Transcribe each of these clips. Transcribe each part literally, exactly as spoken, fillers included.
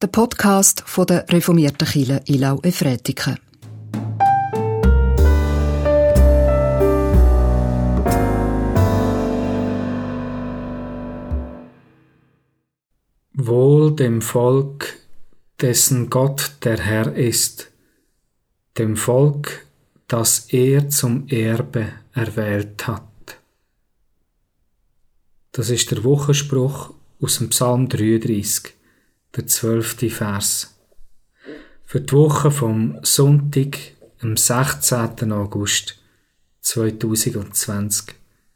der Podcast von der reformierten Kirche Ilau-Efretiken. Wohl dem Volk, dessen Gott der Herr ist, dem Volk, das er zum Erbe erwählt hat. Das ist der Wochenspruch aus dem Psalm dreiunddreissig, der zwölfte Vers. Für die Woche vom Sonntag, am sechzehnten August zweitausendzwanzig.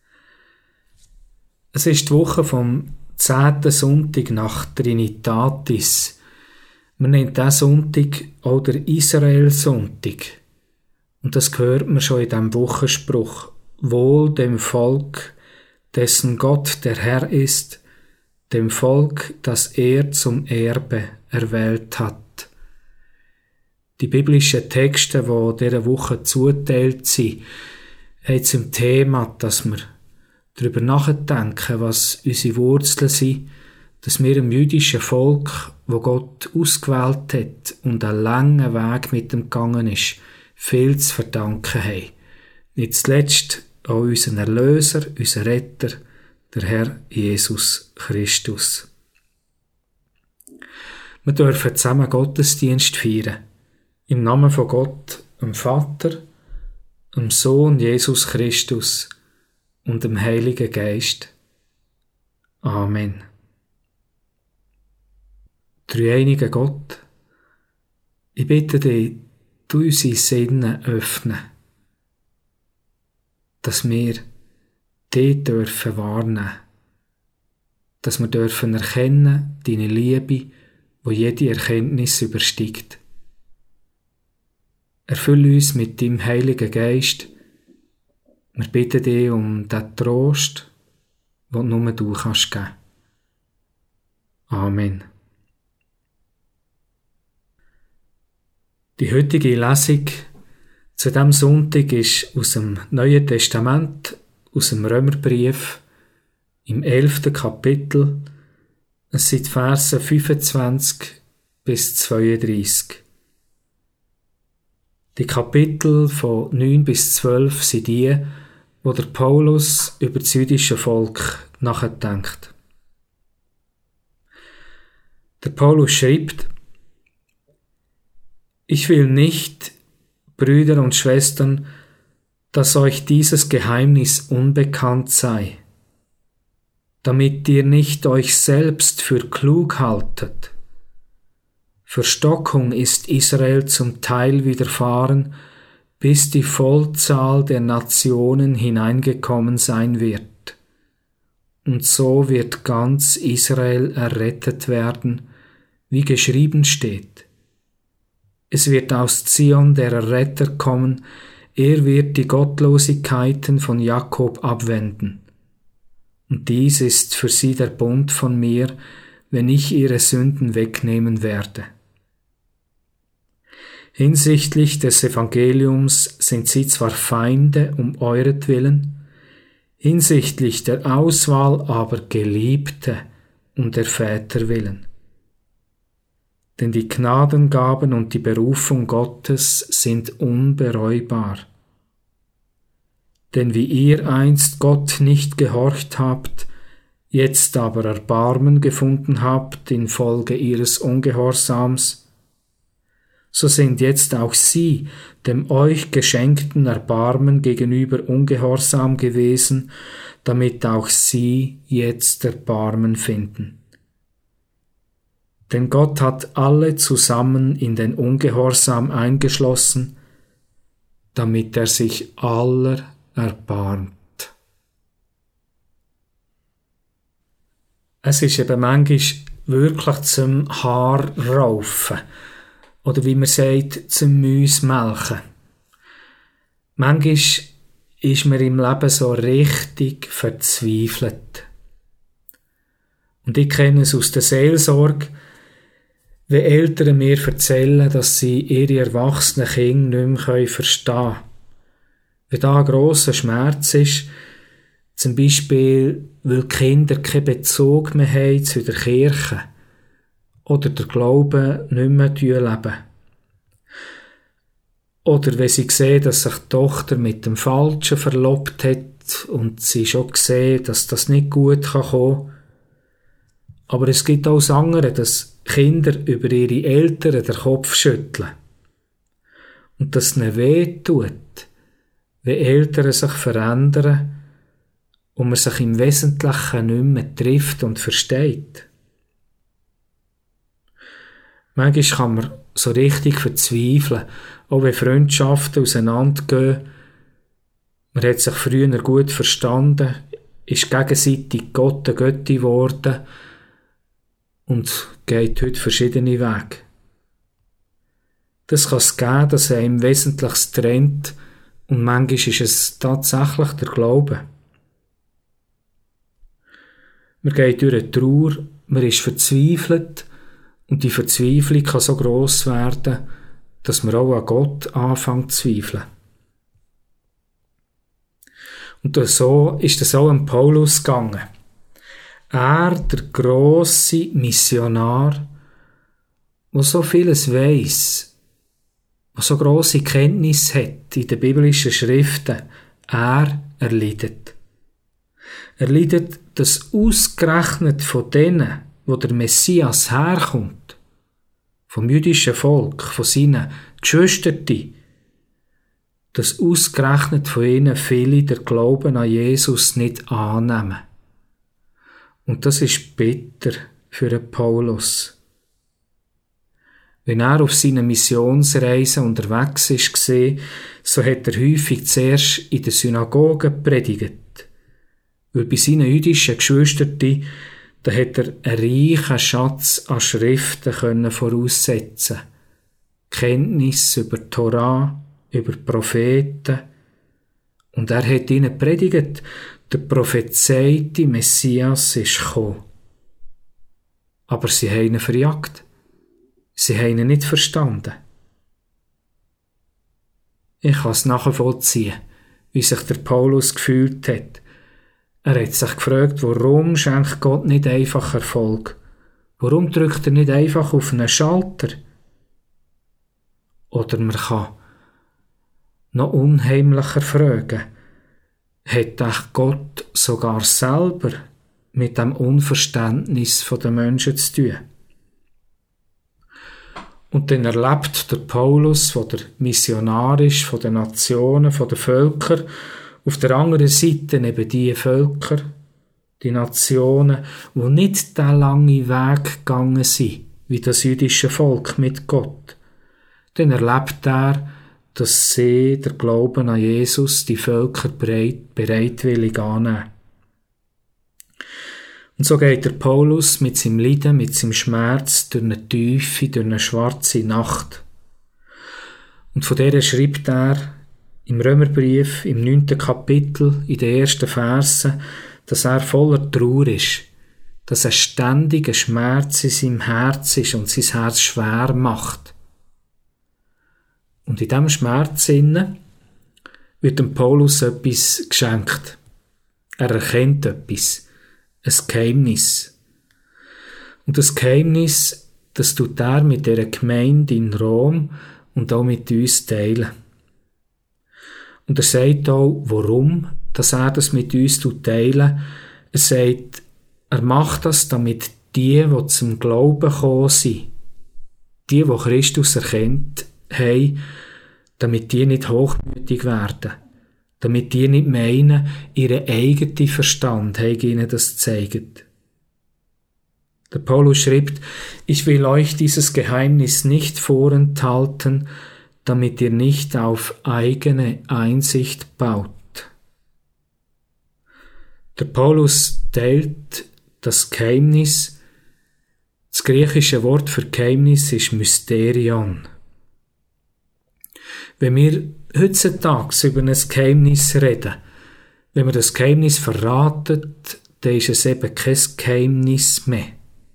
Es ist die Woche vom zehnten Sonntag nach Trinitatis. Man nennt diesen Sonntag auch der Israel-Sonntag. Und das hört man schon in diesem Wochenspruch. Wohl dem Volk, dessen Gott der Herr ist, dem Volk, das er zum Erbe erwählt hat. Die biblischen Texte, die dieser Woche zugeteilt sind, haben zum Thema, dass wir darüber nachdenken, was unsere Wurzeln sind, dass wir dem jüdischen Volk, wo Gott ausgewählt hat und einen langen Weg mit ihm gegangen ist, viel zu verdanken haben. Nicht zuletzt auch unseren Erlöser, unseren Retter, der Herr Jesus Christus. Wir dürfen zusammen Gottesdienst feiern. Im Namen von Gott, dem Vater, dem Sohn Jesus Christus und dem Heiligen Geist. Amen. Dreieiniger Gott, ich bitte dich, du unsere Sinne öffnen, dass wir dich dürfen wahrnehmen, dass wir dürfen erkennen, deine Liebe, wo jede Erkenntnis übersteigt. Erfülle uns mit deinem Heiligen Geist. Wir bitten dich um den Trost, den nur du kannst geben. Amen. Die heutige Lesung zu diesem Sonntag ist aus dem Neuen Testament, aus dem Römerbrief, im elften Kapitel. Es sind Verse fünfundzwanzig bis zweiunddreissig. Die Kapitel von neun bis zwölf sind die, wo der Paulus über das jüdische Volk nachdenkt. Der Paulus schreibt: Ich will nicht, Brüder und Schwestern, dass euch dieses Geheimnis unbekannt sei, damit ihr nicht euch selbst für klug haltet. Verstockung ist Israel zum Teil widerfahren, bis die Vollzahl der Nationen hineingekommen sein wird. Und so wird ganz Israel errettet werden, wie geschrieben steht. Es wird aus Zion der Erretter kommen, er wird die Gottlosigkeiten von Jakob abwenden. Und dies ist für sie der Bund von mir, wenn ich ihre Sünden wegnehmen werde. Hinsichtlich des Evangeliums sind sie zwar Feinde um euretwillen, hinsichtlich der Auswahl aber Geliebte um der Väter willen. Denn die Gnadengaben und die Berufung Gottes sind unbereubar. Denn wie ihr einst Gott nicht gehorcht habt, jetzt aber Erbarmen gefunden habt infolge ihres Ungehorsams, so sind jetzt auch sie dem euch geschenkten Erbarmen gegenüber ungehorsam gewesen, damit auch sie jetzt Erbarmen finden. Denn Gott hat alle zusammen in den Ungehorsam eingeschlossen, damit er sich aller erbarmt. Es ist eben manchmal wirklich zum Haarraufen oder wie man sagt, zum Mäusmelken. Manchmal ist man im Leben so richtig verzweifelt. Und ich kenne es aus der Seelsorge, wenn Eltern mir erzählen, dass sie ihre erwachsenen Kinder nicht mehr verstehen können. Wenn da ein grosser Schmerz ist, zum Beispiel, weil die Kinder keinen Bezug mehr haben zu der Kirche oder der Glaube nicht mehr leben. Oder wenn sie sehen, dass sich die Tochter mit dem Falschen verlobt hat und sie schon sehen, dass das nicht gut kommen kann. Aber es gibt auch das andere, dass Kinder über ihre Eltern den Kopf schütteln. Und dass es ihnen weh tut, wenn Eltern sich verändern und man sich im Wesentlichen nicht mehr trifft und versteht. Manchmal kann man so richtig verzweifeln, auch wenn Freundschaften auseinandergehen. Man hat sich früher gut verstanden, ist gegenseitig Gott und Götti geworden und geht heute verschiedene Wege. Das kann es geben, dass er im Wesentlichen trennt und manchmal ist es tatsächlich der Glaube. Man geht durch eine Trauer, man ist verzweifelt und die Verzweiflung kann so gross werden, dass man auch an Gott anfängt zu zweifeln. Und so ist es auch an Paulus gegangen. Er, der grosse Missionar, der so vieles weiss, der so grosse Kenntnis hat in den biblischen Schriften, er erleidet. Er leidet, dass ausgerechnet von denen, wo der Messias herkommt, vom jüdischen Volk, von seinen Geschwistern, dass ausgerechnet von ihnen viele der Glauben an Jesus nicht annehmen. Und das ist bitter für den Paulus. Wenn er auf seinen Missionsreisen unterwegs war, so hat er häufig zuerst in der Synagoge predigt. Weil bei seinen jüdischen Geschwistern, da hat er einen reichen Schatz an Schriften können voraussetzen. Kenntnis über die Torah, über die Propheten. Und er hat ihnen predigt, der prophezeite Messias ist gekommen. Aber sie haben ihn verjagt. Sie haben ihn nicht verstanden. Ich kann es nachvollziehen, wie sich der Paulus gefühlt hat. Er hat sich gefragt, warum schenkt Gott nicht einfach Erfolg? Warum drückt er nicht einfach auf einen Schalter? Oder man kann noch unheimlicher fragen, hat echt Gott sogar selber mit dem Unverständnis der Menschen zu tun? Und dann erlebt der Paulus, der der Missionar ist, von den Nationen, von den Völkern, auf der anderen Seite eben die Völker, die Nationen, die nicht den langen Weg gegangen sind, wie das jüdische Volk mit Gott. Dann erlebt er, dass sie der Glauben an Jesus die Völker bereit, bereitwillig annehmen. Und so geht der Paulus mit seinem Leiden, mit seinem Schmerz durch eine tiefe, durch eine schwarze Nacht. Und von der schreibt er im Römerbrief, im neunten Kapitel, in den ersten Versen, dass er voller Trauer ist, dass ein ständiger Schmerz in seinem Herz ist und sein Herz schwer macht. Und in diesem Schmerz wird dem Paulus etwas geschenkt. Er erkennt etwas, ein Geheimnis. Und das Geheimnis, das tut er mit dieser Gemeinde in Rom und auch mit uns teilen. Und er sagt auch, warum dass er das mit uns teilen. Er sagt, er macht das, damit die, die zum Glauben gekommen sind, die, die Christus erkennt haben, damit die nicht hochmütig werden, damit die nicht meinen, ihren eigenen Verstand habe ihnen das zeigt. Der Paulus schreibt, ich will euch dieses Geheimnis nicht vorenthalten, damit ihr nicht auf eigene Einsicht baut. Der Paulus teilt das Geheimnis. Das griechische Wort für Geheimnis ist Mysterion. Wenn wir heutzutage über ein Geheimnis reden, wenn wir das Geheimnis verraten, dann ist es eben kein Geheimnis mehr.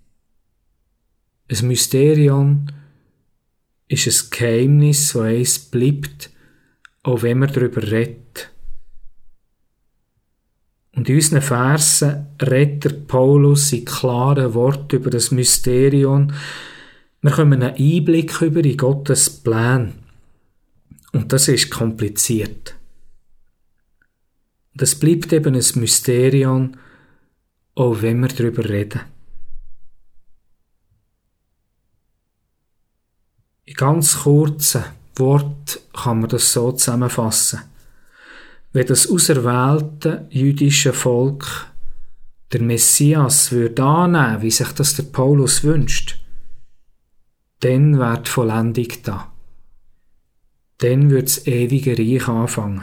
Ein Mysterion ist ein Geheimnis, das eins bleibt, auch wenn man darüber redet. Und in unseren Versen redet Paulus in klaren Worten über das Mysterium. Wir bekommen einen Einblick über in Gottes Plan. Und das ist kompliziert. Das bleibt eben ein Mysterium, auch wenn wir darüber reden. In ganz kurzen Worten kann man das so zusammenfassen. Wenn das auserwählte jüdische Volk der Messias würde annehmen, wie sich das der Paulus wünscht, dann wäre die Vollendung da. Dann würde das ewige Reich anfangen.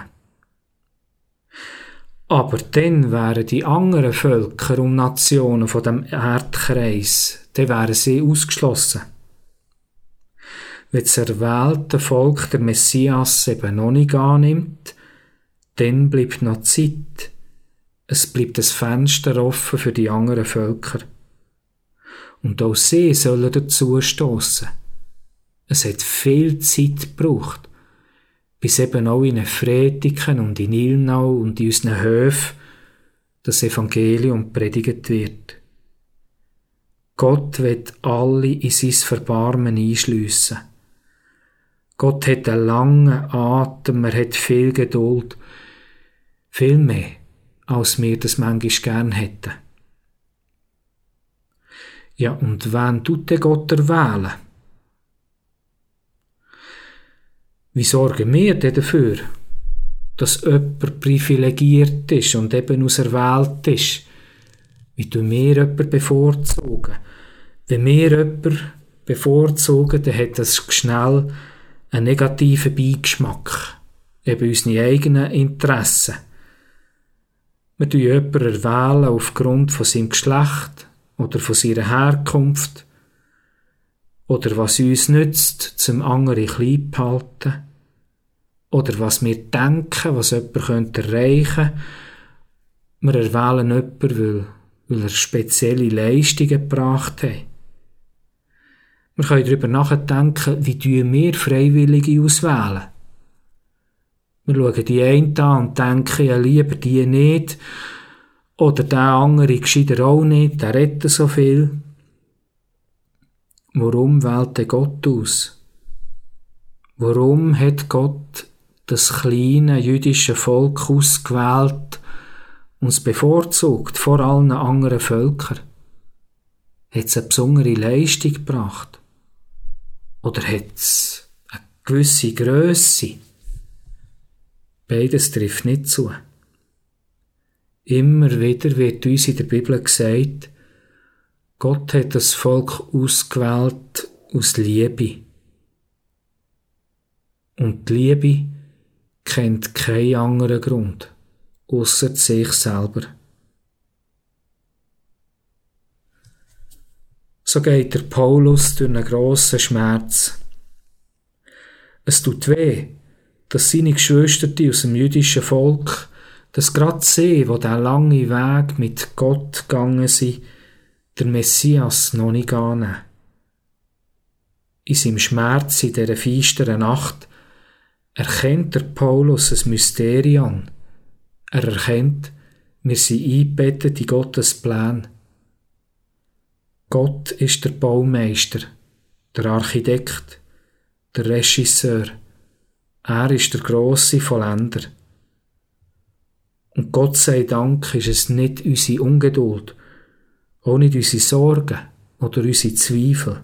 Aber dann wären die anderen Völker und Nationen von dem Erdkreis, dann wären sie ausgeschlossen. Wenn das erwählte Volk der Messias eben noch nicht annimmt, dann bleibt noch Zeit. Es bleibt ein Fenster offen für die anderen Völker. Und auch sie sollen dazu stossen. Es hat viel Zeit gebraucht, bis eben auch in Fretiken und in Ilnau und in unseren Höfen das Evangelium predigt wird. Gott wird alle in sein Verbarmen einschliessen. Gott hat einen langen Atem, er hat viel Geduld, viel mehr, als wir das manchmal gern hätten. Ja, und wen tut der Gott erwählen? Wie sorgen wir denn dafür, dass jemand privilegiert ist und eben auserwählt ist? Wie tun wir jemanden bevorzugen? Wenn wir jemanden bevorzugen, dann hat das schnell einen negativen Beigeschmack, eben unsere eigenen Interessen. Wir tun jemanden erwählen aufgrund von seinem Geschlecht oder von seiner Herkunft oder was uns nützt, zum anderen klein zu halten oder was wir denken, was jemand erreichen könnte. Wir erwählen jemanden, weil, weil er spezielle Leistungen gebracht hat. Wir können darüber nachdenken, wie wir Freiwillige auswählen. Wir schauen die einen an und denken, ja, lieber die nicht. Oder der andere gescheiter auch nicht, der redet so viel. Warum wählt der Gott aus? Warum hat Gott das kleine jüdische Volk ausgewählt und es bevorzugt vor allen anderen Völkern? Hat es eine besondere Leistung gebracht? Oder hat es eine gewisse Grösse? Beides trifft nicht zu. Immer wieder wird uns in der Bibel gesagt, Gott hat das Volk ausgewählt aus Liebe. Und die Liebe kennt keinen anderen Grund, ausser sich selber. So geht der Paulus durch einen grossen Schmerz. Es tut weh, dass seine Geschwister aus dem jüdischen Volk, dass gerade sie, die diesen langen Weg mit Gott gegangen sind, der Messias noch nicht annehmen. In seinem Schmerz in dieser finsteren Nacht erkennt der Paulus ein Mysterium. Er erkennt, wir sind eingebettet in Gottes Plan. Gott ist der Baumeister, der Architekt, der Regisseur. Er ist der grosse Vollender. Und Gott sei Dank ist es nicht unsere Ungeduld, auch nicht unsere Sorgen oder unsere Zweifel.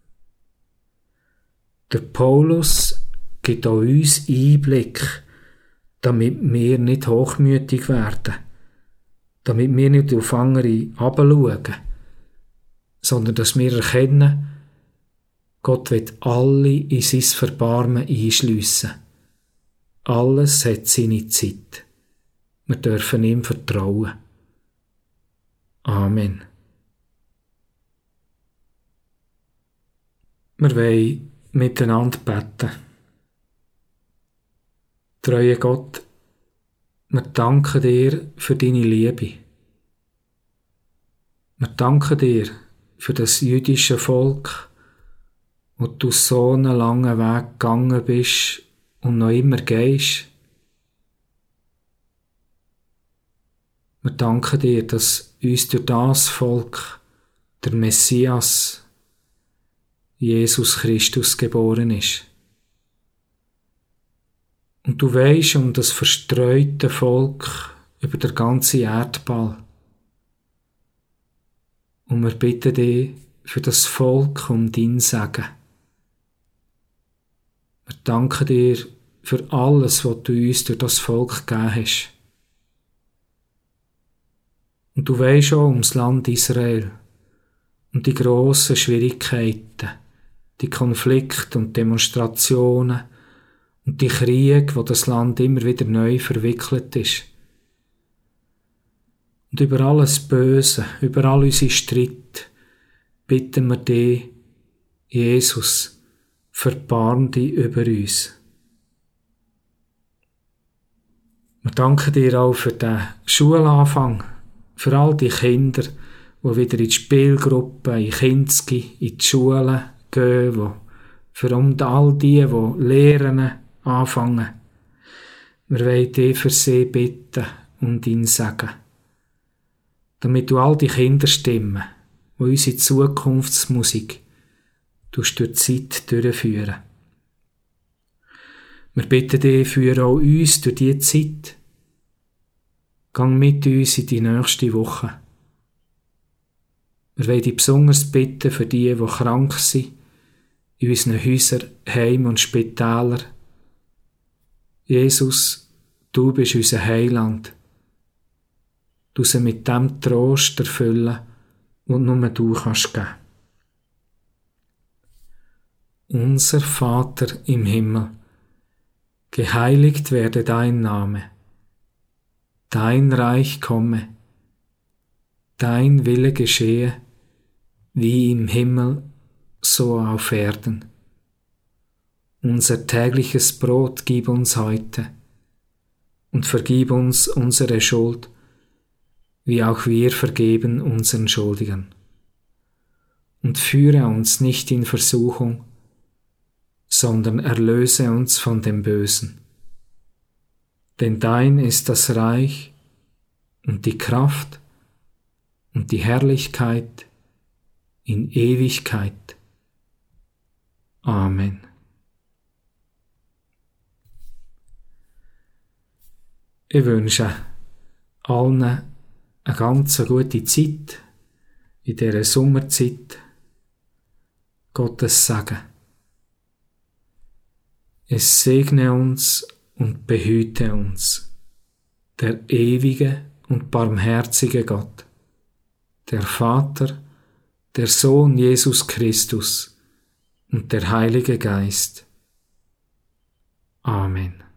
Der Paulus gibt auch uns Einblick, damit wir nicht hochmütig werden, damit wir nicht auf andere herabschauen, sondern dass wir erkennen, Gott wird alle in sein Verbarmen einschliessen. Alles hat seine Zeit. Wir dürfen ihm vertrauen. Amen. Wir wollen miteinander beten. Treue Gott, wir danken dir für deine Liebe. Wir danken dir für das jüdische Volk, wo du so einen langen Weg gegangen bist und noch immer gehst. Wir danken dir, dass uns durch das Volk der Messias, Jesus Christus, geboren ist. Und du weisst um das verstreute Volk über der ganzen Erdball. Und wir bitten dich für das Volk um dein Segen. Wir danken dir für alles, was du uns durch das Volk gegeben hast. Und du weisst auch ums Land Israel und die grossen Schwierigkeiten, die Konflikte und Demonstrationen und die Kriege, wo das Land immer wieder neu verwickelt ist. Und über alles Böse, über all unsere Streit, bitten wir dich, Jesus, verbarm dich über uns. Wir danken dir auch für den Schulanfang, für all die Kinder, die wieder in die Spielgruppen, in Kinski, in die Schulen gehen, wo, für all die, die Lehren anfangen. Wir wollen dich für sie bitten und ihn sagen, damit du all die Kinderstimmen, die unsere Zukunftsmusik durch die Zeit durchführen. Wir bitten dich für auch uns durch diese Zeit. Gang mit uns in die nächste Woche. Wir wollen dich besonders bitten für die, die krank sind, in unseren Häusern, Heimen und Spitälern. Jesus, du bist unser Heiland. Du sie mit dem Trost erfüllen und nur du kannst geben. Unser Vater im Himmel, geheiligt werde dein Name. Dein Reich komme, dein Wille geschehe, wie im Himmel, so auf Erden. Unser tägliches Brot gib uns heute und vergib uns unsere Schuld, wie auch wir vergeben unseren Schuldigern. Und führe uns nicht in Versuchung, sondern erlöse uns von dem Bösen. Denn dein ist das Reich und die Kraft und die Herrlichkeit in Ewigkeit. Amen. Ich wünsche allen eine ganz gute Zeit in dieser Sommerzeit. Gottes Segen. Es segne uns und behüte uns, der ewige und barmherzige Gott, der Vater, der Sohn Jesus Christus und der Heilige Geist. Amen.